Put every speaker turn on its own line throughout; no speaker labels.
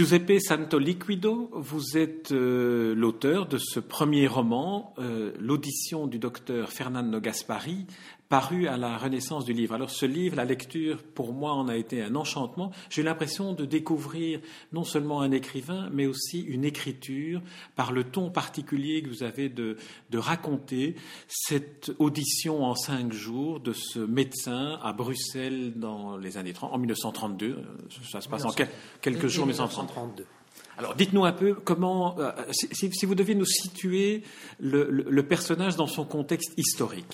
Giuseppe Santoliquido, vous êtes l'auteur de ce premier roman, L'audition du docteur Fernando Gaspari, paru à la Renaissance du livre. Alors ce livre, la lecture, pour moi, en a été un enchantement. J'ai eu l'impression de découvrir non seulement un écrivain, mais aussi une écriture, par le ton particulier que vous avez de raconter cette audition en 5 jours de ce médecin à Bruxelles dans les années 30, en 1932. Ça se passe en quelques jours, 1932. Alors, dites-nous un peu comment, si vous deviez nous situer le personnage dans son contexte historique.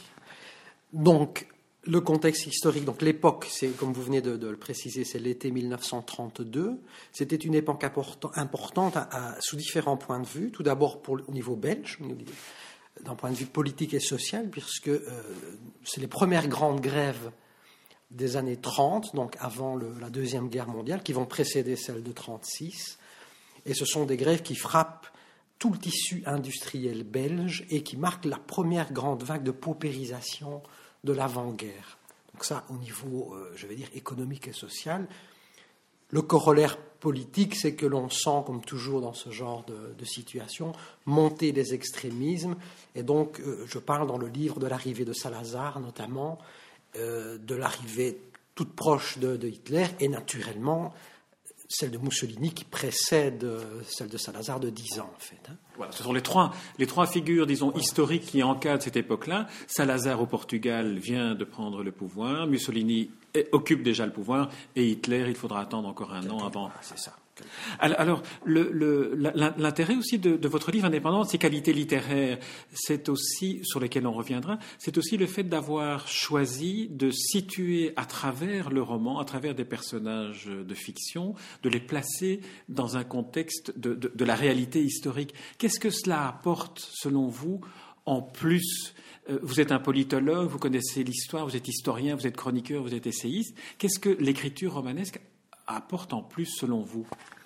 Donc, le contexte historique, donc l'époque, c'est comme vous venez de le préciser, c'est l'été 1932. C'était une époque importante sous différents points de vue. Tout d'abord au niveau belge, d'un point de vue politique et social, puisque c'est les premières grandes grèves des années 30, donc avant la Deuxième Guerre mondiale, qui vont précéder celle de 1936. Et ce sont des grèves qui frappent tout le tissu industriel belge et qui marquent la première grande vague de paupérisation de l'avant-guerre. Donc ça, au niveau, économique et social. Le corollaire politique, c'est que l'on sent, comme toujours dans ce genre de situation, monter des extrémismes. Et donc, je parle dans le livre de l'arrivée de Salazar, notamment, de l'arrivée toute proche de Hitler, et naturellement celle de Mussolini qui précède celle de Salazar de 10 ans, en fait.
Voilà, ce sont les trois figures, disons, historiques qui encadrent cette époque-là. Salazar au Portugal vient de prendre le pouvoir, Mussolini occupe déjà le pouvoir, et Hitler, il faudra attendre encore un an avant.
C'est ça.
Alors, l'intérêt aussi de votre livre indépendant, ses qualités littéraires, c'est aussi, sur lesquelles on reviendra, c'est aussi le fait d'avoir choisi de situer à travers le roman, à travers des personnages de fiction, de les placer dans un contexte de la réalité historique. Qu'est-ce que cela apporte, selon vous, en plus? Vous êtes un politologue, vous connaissez l'histoire, vous êtes historien, vous êtes chroniqueur, vous êtes essayiste. Qu'est-ce que l'écriture romanesque apporte en plus, selon vous,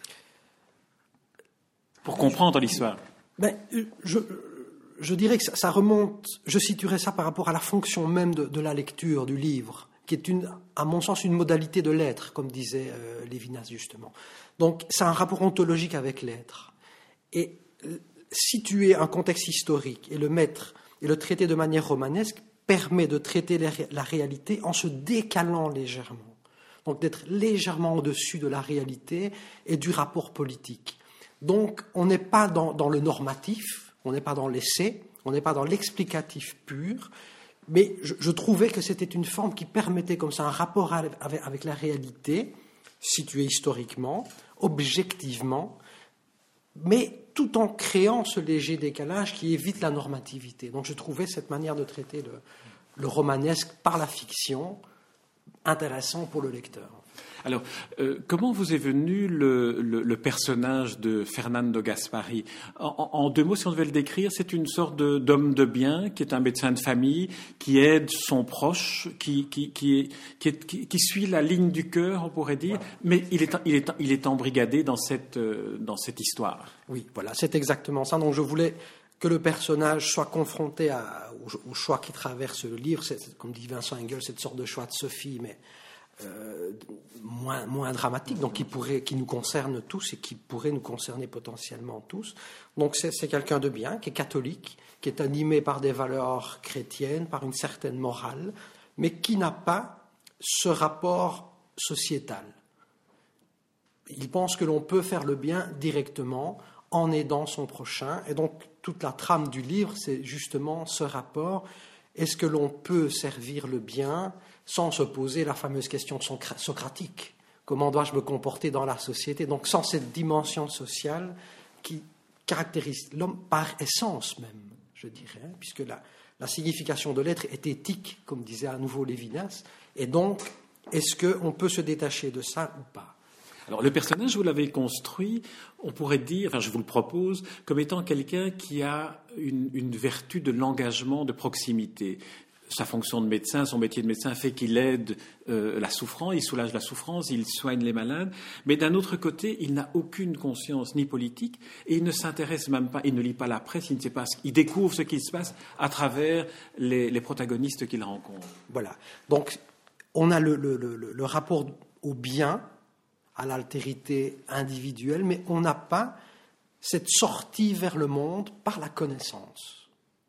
pour comprendre l'histoire?
Je dirais que ça remonte, je situerais ça par rapport à la fonction même de la lecture du livre, qui est, à mon sens, une modalité de l'être, comme disait Lévinas justement. Donc, c'est un rapport ontologique avec l'être. Et situer un contexte historique et le traiter de manière romanesque permet de traiter la réalité en se décalant légèrement. Donc d'être légèrement au-dessus de la réalité et du rapport politique. Donc on n'est pas dans le normatif, on n'est pas dans l'essai, on n'est pas dans l'explicatif pur, mais je trouvais que c'était une forme qui permettait comme ça un rapport avec la réalité, située historiquement, objectivement, mais tout en créant ce léger décalage qui évite la normativité. Donc je trouvais cette manière de traiter le romanesque par la fiction intéressant pour le lecteur.
Alors, comment vous est venu le personnage de Fernando Gaspari? En 2 mots, si on devait le décrire, c'est une sorte d'homme de bien, qui est un médecin de famille, qui aide son proche, qui suit la ligne du cœur, on pourrait dire, mais il est embrigadé dans cette histoire.
Oui, voilà, c'est exactement ça. Donc je voulais que le personnage soit confronté au choix qui traverse le livre. C'est, comme dit Vincent Engel, cette sorte de choix de Sophie, mais moins dramatique, donc qui nous concerne tous et qui pourrait nous concerner potentiellement tous. Donc c'est quelqu'un de bien, qui est catholique, qui est animé par des valeurs chrétiennes, par une certaine morale, mais qui n'a pas ce rapport sociétal. Il pense que l'on peut faire le bien directement en aidant son prochain, et donc toute la trame du livre, c'est justement ce rapport. Est-ce que l'on peut servir le bien sans se poser la fameuse question socratique? Comment dois-je me comporter dans la société? Donc sans cette dimension sociale qui caractérise l'homme par essence même, je dirais, puisque la signification de l'être est éthique, comme disait à nouveau Lévinas, et donc est-ce qu'on peut se détacher de ça ou pas?
Alors, le personnage, vous l'avez construit, on pourrait dire, enfin, je vous le propose, comme étant quelqu'un qui a une vertu de l'engagement, de proximité. Sa fonction de médecin, son métier de médecin fait qu'il aide la souffrance, il soulage la souffrance, il soigne les malades. Mais d'un autre côté, il n'a aucune conscience ni politique et il ne s'intéresse même pas, il ne lit pas la presse, il ne sait pas, il découvre ce qui se passe à travers les protagonistes qu'il rencontre.
Voilà. Donc, on a le rapport au bien à l'altérité individuelle, mais on n'a pas cette sortie vers le monde par la connaissance.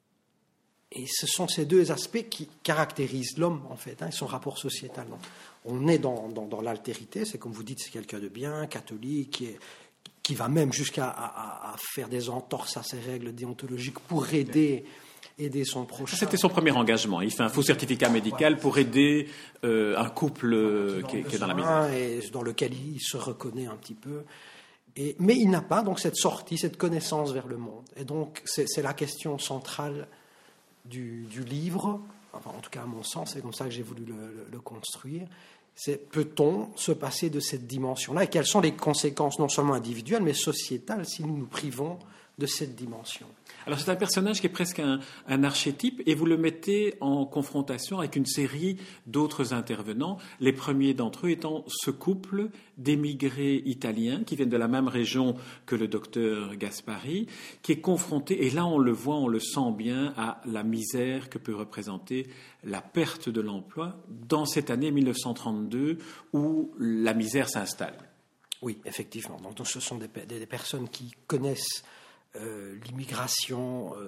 Et ce sont ces deux aspects qui caractérisent l'homme, en fait, et son rapport sociétal. Donc, on est dans l'altérité, c'est comme vous dites, c'est quelqu'un de bien, catholique, qui va même jusqu'à à faire des entorses à ses règles déontologiques pour aider son prochain.
C'était son premier engagement. Il fait un faux certificat médical pour aider un couple qui est dans la misère.
Et dans lequel il se reconnaît un petit peu. Mais il n'a pas donc cette sortie, cette connaissance vers le monde. Et donc c'est la question centrale du livre, enfin, en tout cas à mon sens, c'est comme ça que j'ai voulu le construire. C'est peut-on se passer de cette dimension-là et quelles sont les conséquences non seulement individuelles mais sociétales si nous nous privons de cette dimension.
Alors c'est un personnage qui est presque un archétype et vous le mettez en confrontation avec une série d'autres intervenants, les premiers d'entre eux étant ce couple d'émigrés italiens qui viennent de la même région que le docteur Gaspari, qui est confronté, et là on le voit, on le sent bien, à la misère que peut représenter la perte de l'emploi dans cette année 1932 où la misère s'installe.
Oui, effectivement. Donc ce sont des personnes qui connaissent l'immigration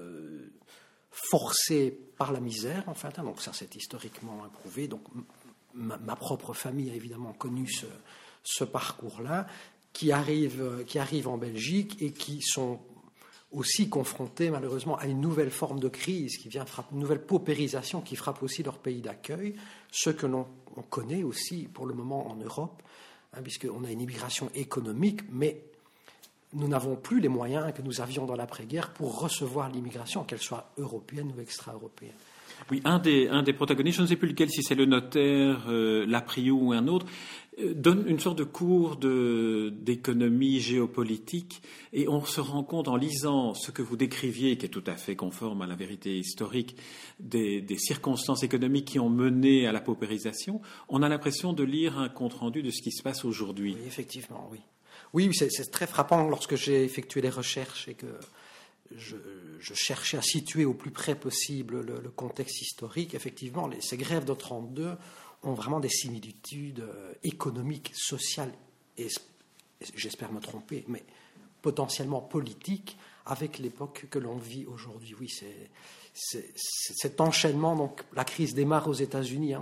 forcée par la misère, en fait. Donc ça, c'est historiquement prouvé. Donc ma propre famille a évidemment connu ce parcours-là, qui arrivent en Belgique et qui sont aussi confrontés malheureusement à une nouvelle forme de crise qui vient frapper, une nouvelle paupérisation qui frappe aussi leur pays d'accueil, ce que l'on connaît aussi pour le moment en Europe, puisqu'on a une immigration économique, mais nous n'avons plus les moyens que nous avions dans l'après-guerre pour recevoir l'immigration, qu'elle soit européenne ou extra-européenne.
Oui, un des protagonistes, je ne sais plus lequel, si c'est le notaire Laprio ou un autre, donne une sorte de cours d'économie géopolitique et on se rend compte en lisant ce que vous décriviez, qui est tout à fait conforme à la vérité historique, des circonstances économiques qui ont mené à la paupérisation, on a l'impression de lire un compte-rendu de ce qui se passe aujourd'hui.
Oui, effectivement, oui. Oui, c'est très frappant lorsque j'ai effectué les recherches et que je cherchais à situer au plus près possible le contexte historique. Effectivement, ces grèves de 1932 ont vraiment des similitudes économiques, sociales et j'espère me tromper, mais potentiellement politiques avec l'époque que l'on vit aujourd'hui. Oui, c'est cet enchaînement. Donc, la crise démarre aux États-Unis.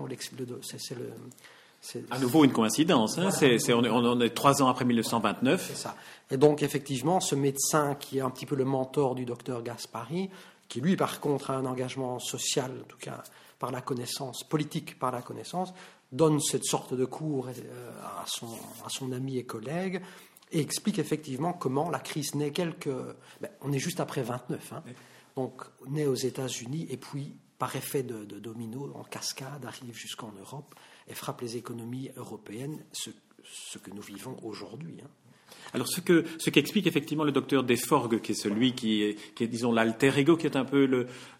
À nouveau une coïncidence. Voilà. On est 3 ans après 1929.
C'est ça. Et donc, effectivement, ce médecin qui est un petit peu le mentor du docteur Gaspari, qui lui, par contre, a un engagement social, en tout cas par la connaissance, politique par la connaissance, donne cette sorte de cours à son ami et collègue et explique effectivement comment la crise naît on est juste après 29, hein. Donc, naît aux États-Unis et puis, par effet de domino, en cascade, arrive jusqu'en Europe et frappe les économies européennes, ce que nous vivons aujourd'hui, hein.
Alors, ce qu'explique effectivement le docteur Desforgues, qui est celui qui est disons, l'alter ego, qui est un peu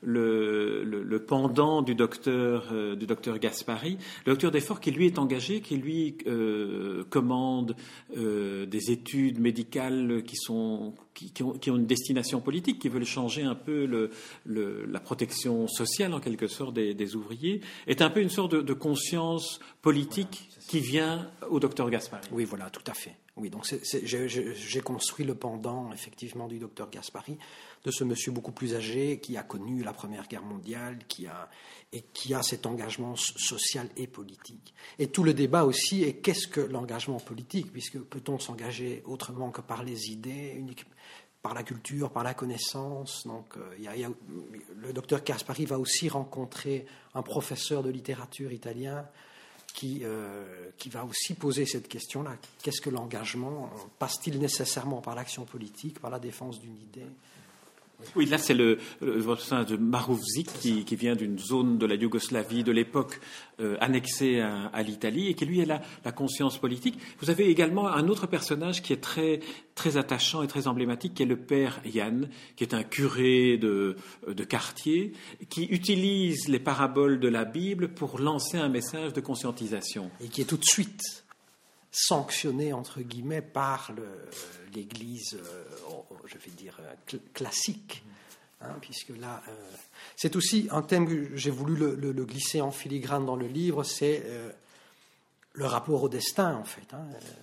le pendant du docteur Gaspari, le docteur Desforgues qui lui est engagé, qui lui commande des études médicales qui ont une destination politique, qui veulent changer un peu la protection sociale, en quelque sorte, des ouvriers, est un peu une sorte de conscience politique qui vient au docteur Gaspari.
Oui, voilà, tout à fait. Oui, donc j'ai construit le pendant, effectivement, du docteur Gaspari, de ce monsieur beaucoup plus âgé qui a connu la Première Guerre mondiale, qui a cet engagement social et politique. Et tout le débat aussi est qu'est-ce que l'engagement politique, puisque peut-on s'engager autrement que par les idées, par la culture, par la connaissance. Donc, le docteur Gaspari va aussi rencontrer un professeur de littérature italien qui va aussi poser cette question-là. Qu'est-ce que l'engagement? Passe-t-il nécessairement par l'action politique, par la défense d'une idée?
Oui, là c'est le personnage de Maroufzik qui vient d'une zone de la Yougoslavie de l'époque annexée à l'Italie et qui lui est la conscience politique. Vous avez également un autre personnage qui est très, très attachant et très emblématique, qui est le père Yann, qui est un curé de quartier, qui utilise les paraboles de la Bible pour lancer un message de conscientisation.
Et qui est tout de suite sanctionné, entre guillemets, par l'Église, je vais dire, classique. Hein, puisque là, c'est aussi un thème que j'ai voulu le glisser en filigrane dans le livre, c'est le rapport au destin, en fait. Hein.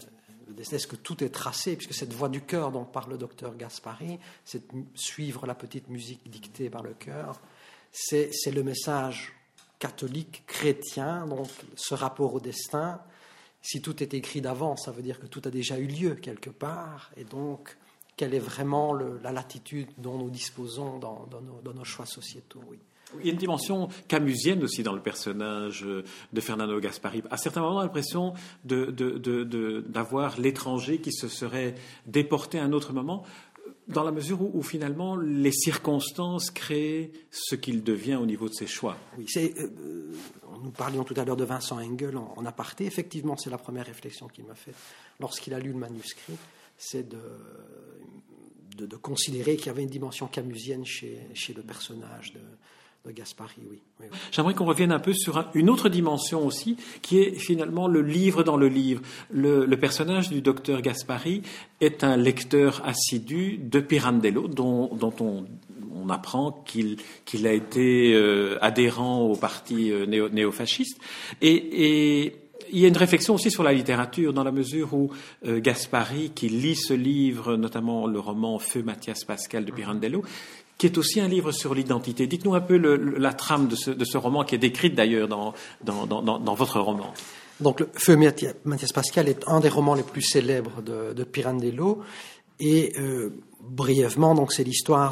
destin? Est-ce que tout est tracé? Puisque cette voix du cœur dont parle le docteur Gaspari, c'est suivre la petite musique dictée par le cœur, c'est le message catholique, chrétien, donc ce rapport au destin. Si tout est écrit d'avance, ça veut dire que tout a déjà eu lieu quelque part, et donc quelle est vraiment la latitude dont nous disposons dans nos choix sociétaux, oui.
Il y a une dimension camusienne aussi dans le personnage de Fernando Gaspari. À certains moments, on a l'impression d'avoir l'étranger qui se serait déporté à un autre moment, dans la mesure où finalement les circonstances créent ce qu'il devient au niveau de ses choix.
Oui, nous parlions tout à l'heure de Vincent Engel en aparté. Effectivement, c'est la première réflexion qu'il m'a faite lorsqu'il a lu le manuscrit, c'est de considérer qu'il y avait une dimension camusienne chez le personnage de Gaspari, oui.
J'aimerais qu'on revienne un peu sur une autre dimension aussi, qui est finalement le livre dans le livre. Le personnage du docteur Gaspari est un lecteur assidu de Pirandello, dont on apprend qu'il a été adhérent au parti néofasciste. Et il y a une réflexion aussi sur la littérature, dans la mesure où Gaspari, qui lit ce livre, notamment le roman Feu Mathias Pascal de Pirandello, qui est aussi un livre sur l'identité. Dites-nous un peu la trame de ce roman, qui est décrite d'ailleurs dans votre roman.
Donc, le Feu Mathias Pascal est un des romans les plus célèbres de Pirandello. Et brièvement, donc, c'est l'histoire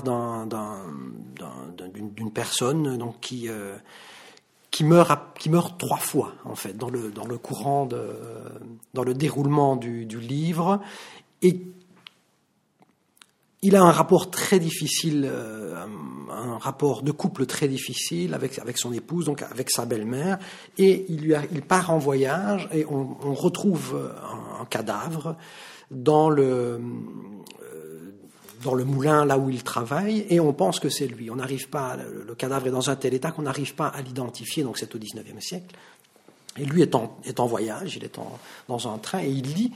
d'une personne donc, qui meurt 3 fois, en fait, dans le courant dans le déroulement du livre. Et il a un rapport très difficile, un rapport de couple très difficile avec son épouse, donc avec sa belle-mère, et il part en voyage et on retrouve un cadavre dans le moulin là où il travaille, et on pense que c'est lui. On n'arrive pas, le cadavre est dans un tel état qu'on n'arrive pas à l'identifier, donc c'est au XIXe siècle. Et lui est en voyage, il est dans un train, et il lit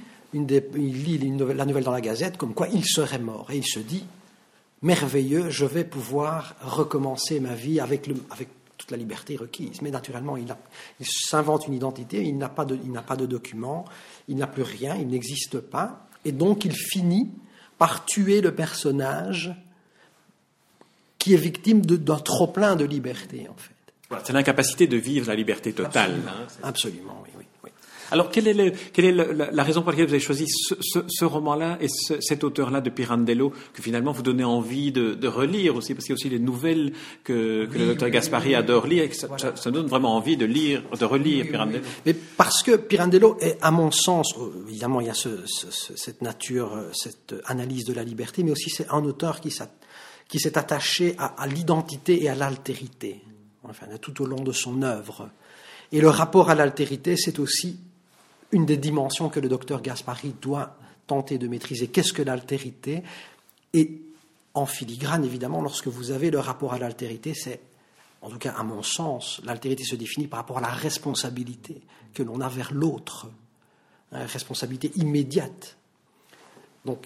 la nouvelle dans la Gazette, comme quoi il serait mort. Et il se dit, merveilleux, je vais pouvoir recommencer ma vie avec toute la liberté requise. Mais naturellement, il s'invente une identité, il n'a pas de documents, il n'a plus rien, il n'existe pas. Et donc, il finit par tuer le personnage qui est victime d'un trop-plein de liberté, en fait.
Voilà, c'est l'incapacité de vivre la liberté totale.
Absolument, oui.
Alors, quelle est la raison pour laquelle vous avez choisi ce roman-là et cet auteur-là de Pirandello, que finalement vous donnez envie de relire aussi, parce qu'il y a aussi les nouvelles que le docteur Gaspari adore lire, et que ça donne vraiment envie de relire Pirandello.
Mais parce que Pirandello est, à mon sens, évidemment, il y a cette nature, cette analyse de la liberté, mais aussi c'est un auteur qui s'est attaché à l'identité et à l'altérité, enfin, tout au long de son œuvre. Et le rapport à l'altérité, c'est aussi une des dimensions que le docteur Gaspari doit tenter de maîtriser. Qu'est-ce que l'altérité? Et en filigrane, évidemment, lorsque vous avez le rapport à l'altérité, c'est, en tout cas à mon sens, l'altérité se définit par rapport à la responsabilité que l'on a vers l'autre, une responsabilité immédiate. Donc,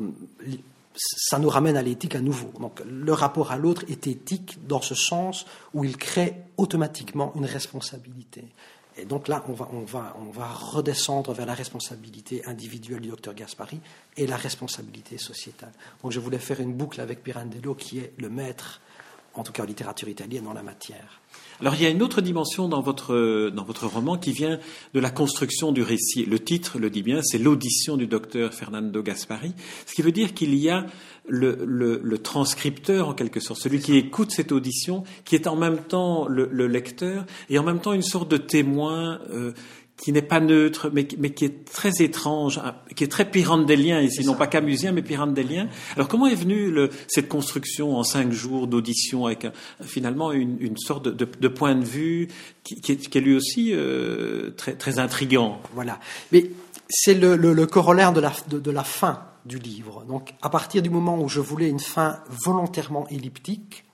ça nous ramène à l'éthique à nouveau. Donc, le rapport à l'autre est éthique dans ce sens où il crée automatiquement une responsabilité. Et donc là, on va redescendre vers la responsabilité individuelle du docteur Gaspari et la responsabilité sociétale. Donc je voulais faire une boucle avec Pirandello, qui est le maître, en tout cas en littérature italienne, en la matière.
Alors il y a une autre dimension dans votre roman qui vient de la construction du récit. Le titre le dit bien, c'est l'audition du docteur Fernando Gaspari, ce qui veut dire qu'il y a le transcripteur en quelque sorte, celui qui écoute cette audition, qui est en même temps le lecteur et en même temps une sorte de témoin qui n'est pas neutre, mais qui est très étrange, qui est très pirandellien ici, non pas camusien, mais pirandellien. Alors comment est venue cette construction en 5 jours d'audition avec finalement une sorte de point de vue qui est lui aussi très, très intriguant?
Voilà. Mais c'est le corollaire de la fin du livre. Donc à partir du moment où je voulais une fin volontairement elliptique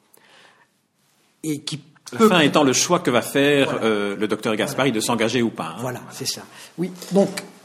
et qui
la fin étant le choix que va faire le docteur Gaspari de s'engager ou pas.
Voilà, c'est ça. Oui, donc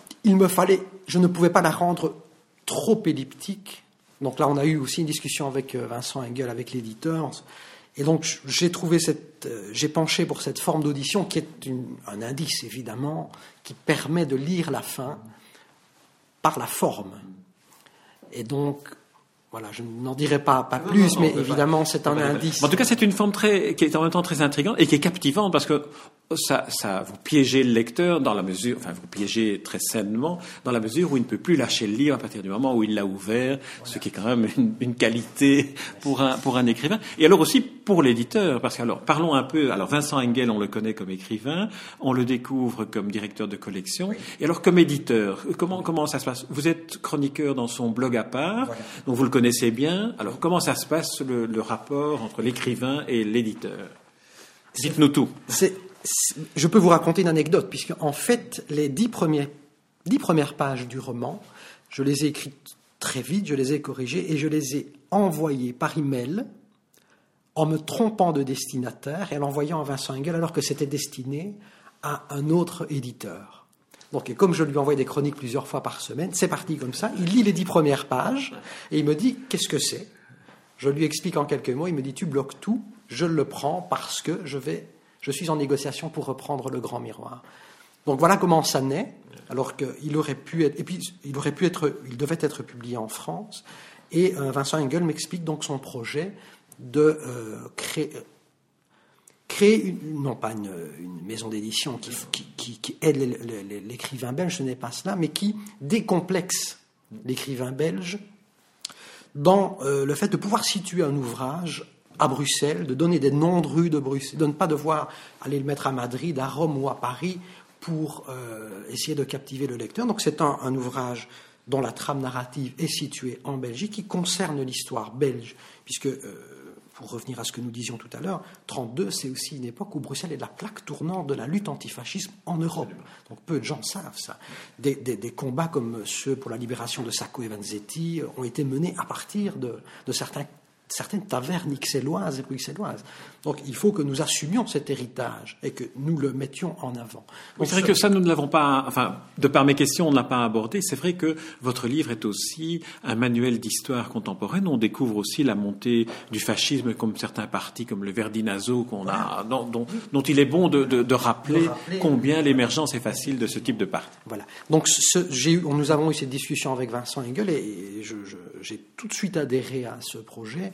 je ne pouvais pas la rendre trop elliptique. Donc là, on a eu aussi une discussion avec Vincent Engel, avec l'éditeur. Et donc, j'ai penché pour cette forme d'audition qui est un indice, évidemment, qui permet de lire la fin par la forme. Et donc, voilà, je n'en dirai pas plus, mais évidemment, c'est un indice.
En tout cas, c'est une forme qui est en même temps très intrigante et qui est captivante parce que ça vous piégez le lecteur dans la mesure, enfin, vous piégez très sainement dans la mesure où il ne peut plus lâcher le livre à partir du moment où il l'a ouvert, ce qui est quand même une qualité pour un écrivain. Et alors aussi pour l'éditeur, parce que alors, parlons un peu, alors Vincent Engel, on le connaît comme écrivain, on le découvre comme directeur de collection, et alors comme éditeur, comment ça se passe? Vous êtes chroniqueur dans son blog à part, donc vous le connaissez bien, alors comment ça se passe le rapport entre l'écrivain et l'éditeur? Dites-nous tout.
Je peux vous raconter une anecdote, puisque en fait, les 10 premières pages du roman, je les ai écrites très vite, je les ai corrigées et je les ai envoyées par email en me trompant de destinataire et en l'envoyant à Vincent Engel alors que c'était destiné à un autre éditeur. Donc, et comme je lui envoie des chroniques plusieurs fois par semaine, c'est parti comme ça. Il lit les 10 premières pages et il me dit « Qu'est-ce que c'est ?» Je lui explique en quelques mots, il me dit « Tu bloques tout, je le prends parce que je suis en négociation pour reprendre Le Grand Miroir. » Donc voilà comment ça naît, alors qu'il aurait pu être, et puis il devait être publié en France. Et Vincent Engel m'explique donc son projet de créer non pas une maison d'édition qui aide l'écrivain belge, ce n'est pas cela, mais qui décomplexe l'écrivain belge dans le fait de pouvoir situer un ouvrage à Bruxelles, de donner des noms de rues de Bruxelles, de ne pas devoir aller le mettre à Madrid, à Rome ou à Paris pour essayer de captiver le lecteur. Donc c'est un ouvrage dont la trame narrative est située en Belgique, qui concerne l'histoire belge, puisque, pour revenir à ce que nous disions tout à l'heure, 1932, c'est aussi une époque où Bruxelles est la plaque tournante de la lutte antifascisme en Europe. Donc peu de gens savent ça. Des combats comme ceux pour la libération de Sacco et Vanzetti ont été menés à partir de certaines tavernes ixelloises et bruxelloises. Donc il faut que nous assumions cet héritage et que nous le mettions en avant.
Oui, c'est vrai que ça, nous ne l'avons pas, enfin, de par mes questions, on ne l'a pas abordé. C'est vrai que votre livre est aussi un manuel d'histoire contemporaine. On découvre aussi la montée du fascisme comme certains partis, comme le Verdinazo, dont il est bon de rappeler combien l'émergence est facile de ce type de parti.
Voilà. Donc nous avons eu cette discussion avec Vincent Engel et j'ai tout de suite adhéré à ce projet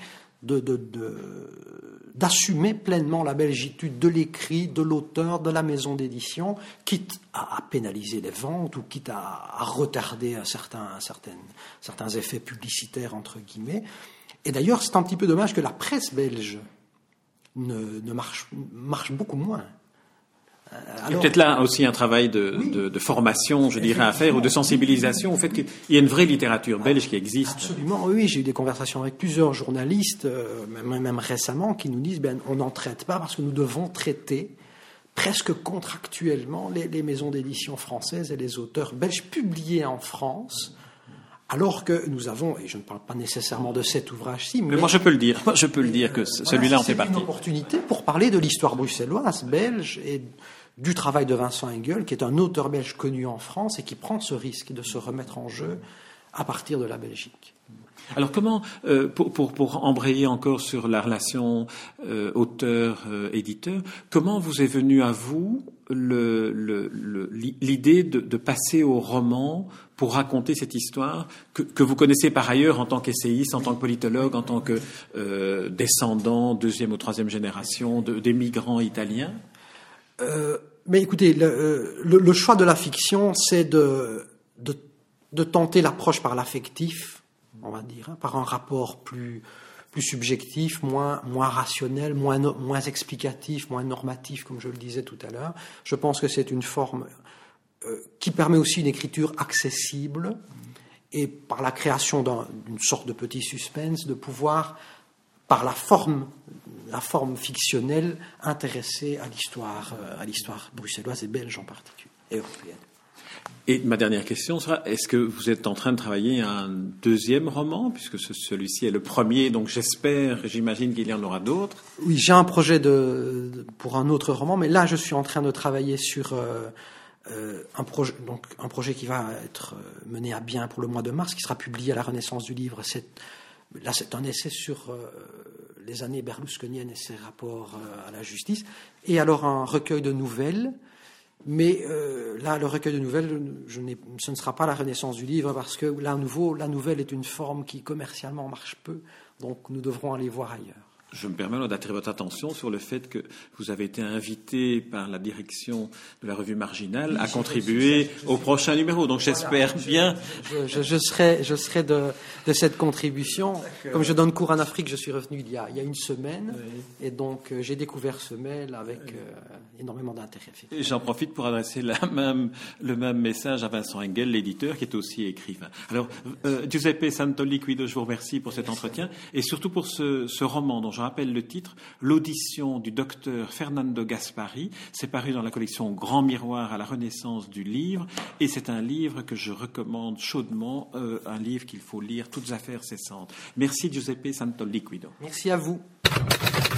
d'assumer pleinement la belgitude de l'écrit, de l'auteur, de la maison d'édition, quitte à pénaliser les ventes ou quitte à retarder certains effets publicitaires, entre guillemets. Et d'ailleurs, c'est un petit peu dommage que la presse belge ne marche beaucoup moins.
Il y a peut-être là aussi un travail de formation, je dirais, à faire, ou de sensibilisation au fait qu'il y a une vraie littérature belge qui existe.
Absolument, oui. J'ai eu des conversations avec plusieurs journalistes, même récemment, qui nous disent on n'en traite pas parce que nous devons traiter presque contractuellement les maisons d'édition françaises et les auteurs belges publiés en France. Alors que nous avons, et je ne parle pas nécessairement de cet ouvrage-ci, mais
moi je peux le dire que celui-là en fait partie.
C'est une opportunité pour parler de l'histoire bruxelloise, belge, et du travail de Vincent Engel, qui est un auteur belge connu en France et qui prend ce risque de se remettre en jeu à partir de la Belgique.
Alors comment, pour embrayer encore sur la relation auteur-éditeur, comment vous est venue à vous l'idée de passer au roman pour raconter cette histoire que vous connaissez par ailleurs en tant qu'essayiste, en tant que politologue, en tant que descendant, 2e ou 3e génération des migrants italiens?
Mais écoutez, le choix de la fiction, c'est de tenter l'approche par l'affectif, on va dire, par un rapport plus subjectif, moins rationnel, moins explicatif, moins normatif, comme je le disais tout à l'heure. Je pense que c'est une forme qui permet aussi une écriture accessible et par la création d'une sorte de petit suspense, de pouvoir, par la forme fictionnelle, intéresser à l'histoire bruxelloise et belge en particulier, et européenne.
Et ma dernière question sera, est-ce que vous êtes en train de travailler un 2e roman, puisque celui-ci est le premier, donc j'imagine qu'il y en aura d'autres?
Oui, j'ai un projet pour un autre roman, mais là je suis en train de travailler sur un projet qui va être mené à bien pour le mois de mars, qui sera publié à la Renaissance du Livre. C'est un essai sur les années berlusconiennes et ses rapports à la justice, et alors un recueil de nouvelles Mais là, le recueil de nouvelles, ce ne sera pas la renaissance du livre, parce que là, à nouveau, la nouvelle est une forme qui commercialement marche peu, donc nous devrons aller voir ailleurs.
Je me permets d'attirer votre attention sur le fait que vous avez été invité par la direction de la revue Marginale à contribuer au prochain numéro. Donc j'espère bien.
Je serai de cette contribution. Comme je donne cours en Afrique, je suis revenu il y a une semaine. Oui. Et donc j'ai découvert ce mail avec énormément d'intérêt.
Et j'en profite pour adresser le même message à Vincent Engel, l'éditeur, qui est aussi écrivain. Alors, Giuseppe Santoliquido, je vous remercie pour cet entretien et surtout pour ce roman dont je rappelle le titre, L'audition du docteur Fernando Gaspari. C'est paru dans la collection Grand Miroir à la Renaissance du livre, et c'est un livre que je recommande chaudement, un livre qu'il faut lire, toutes affaires cessantes. Merci Giuseppe Santoliquido.
Merci à vous.